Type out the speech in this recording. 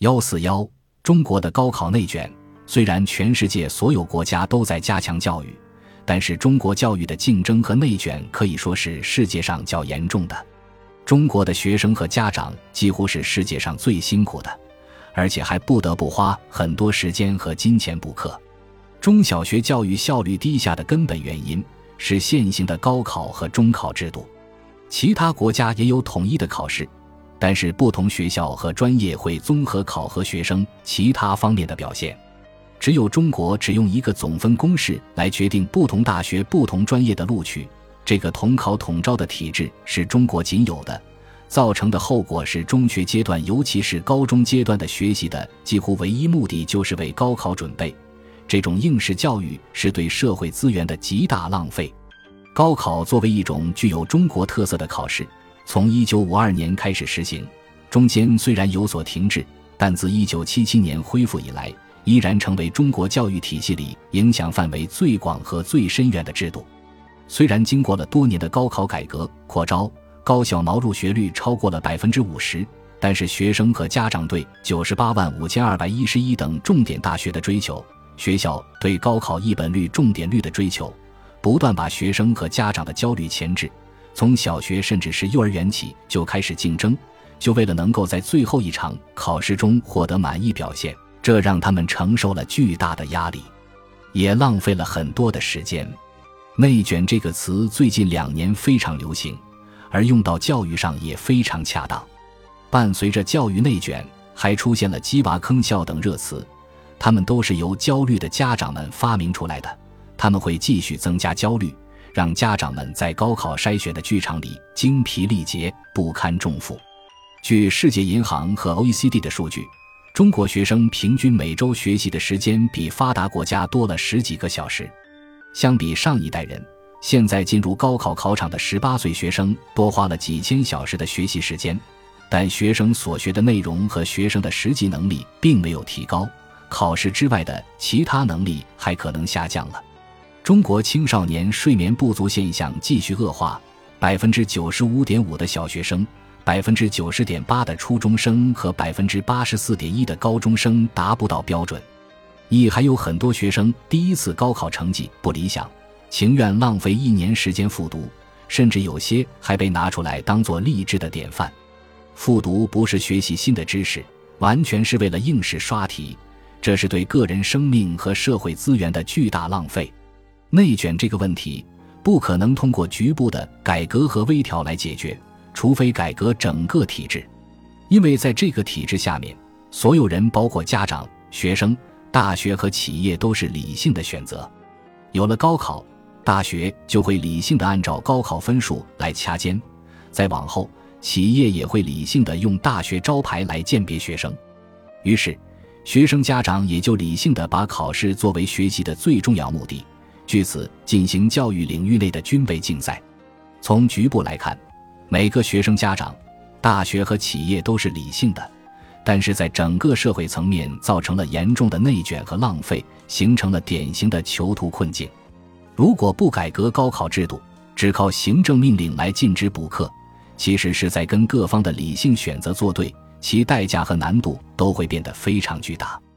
141中国的高考内卷。虽然全世界所有国家都在加强教育，但是中国教育的竞争和内卷可以说是世界上较严重的。中国的学生和家长几乎是世界上最辛苦的，而且还不得不花很多时间和金钱补课。中小学教育效率低下的根本原因是现行的高考和中考制度。其他国家也有统一的考试，但是不同学校和专业会综合考核学生其他方面的表现。只有中国只用一个总分公式来决定不同大学不同专业的录取，这个统考统招的体制是中国仅有的，造成的后果是中学阶段尤其是高中阶段的学习的几乎唯一目的就是为高考准备。这种应试教育是对社会资源的极大浪费。高考作为一种具有中国特色的考试，从1952年开始实行，中间虽然有所停滞，但自1977年恢复以来，依然成为中国教育体系里影响范围最广和最深远的制度。虽然经过了多年的高考改革扩招，高小毛入学率超过了 50%， 但是学生和家长对985211等重点大学的追求，学校对高考一本率重点率的追求，不断把学生和家长的焦虑牵制，从小学甚至是幼儿园起就开始竞争，就为了能够在最后一场考试中获得满意表现，这让他们承受了巨大的压力，也浪费了很多的时间。内卷这个词最近2年非常流行，而用到教育上也非常恰当。伴随着教育内卷，还出现了鸡娃坑校等热词，他们都是由焦虑的家长们发明出来的，他们会继续增加焦虑，让家长们在高考筛选的剧场里精疲力竭，不堪重负。据世界银行和 OECD 的数据，中国学生平均每周学习的时间比发达国家多了10几个小时。相比上一代人，现在进入高考考场的18岁学生多花了几千小时的学习时间，但学生所学的内容和学生的实际能力并没有提高，考试之外的其他能力还可能下降了。中国青少年睡眠不足现象继续恶化， 95.5% 的小学生， 90.8% 的初中生和 84.1% 的高中生达不到标准。还有很多学生第一次高考成绩不理想，情愿浪费1年时间复读，甚至有些还被拿出来当作励志的典范。复读不是学习新的知识，完全是为了应试刷题，这是对个人生命和社会资源的巨大浪费。内卷这个问题不可能通过局部的改革和微调来解决，除非改革整个体制。因为在这个体制下面，所有人包括家长、学生、大学和企业都是理性的选择。有了高考，大学就会理性地按照高考分数来掐尖，再往后企业也会理性地用大学招牌来鉴别学生。于是学生家长也就理性地把考试作为学习的最重要目的，据此进行教育领域内的军备竞赛。从局部来看，每个学生家长、大学和企业都是理性的，但是在整个社会层面造成了严重的内卷和浪费，形成了典型的囚徒困境。如果不改革高考制度，只靠行政命令来禁止补课，其实是在跟各方的理性选择作对，其代价和难度都会变得非常巨大。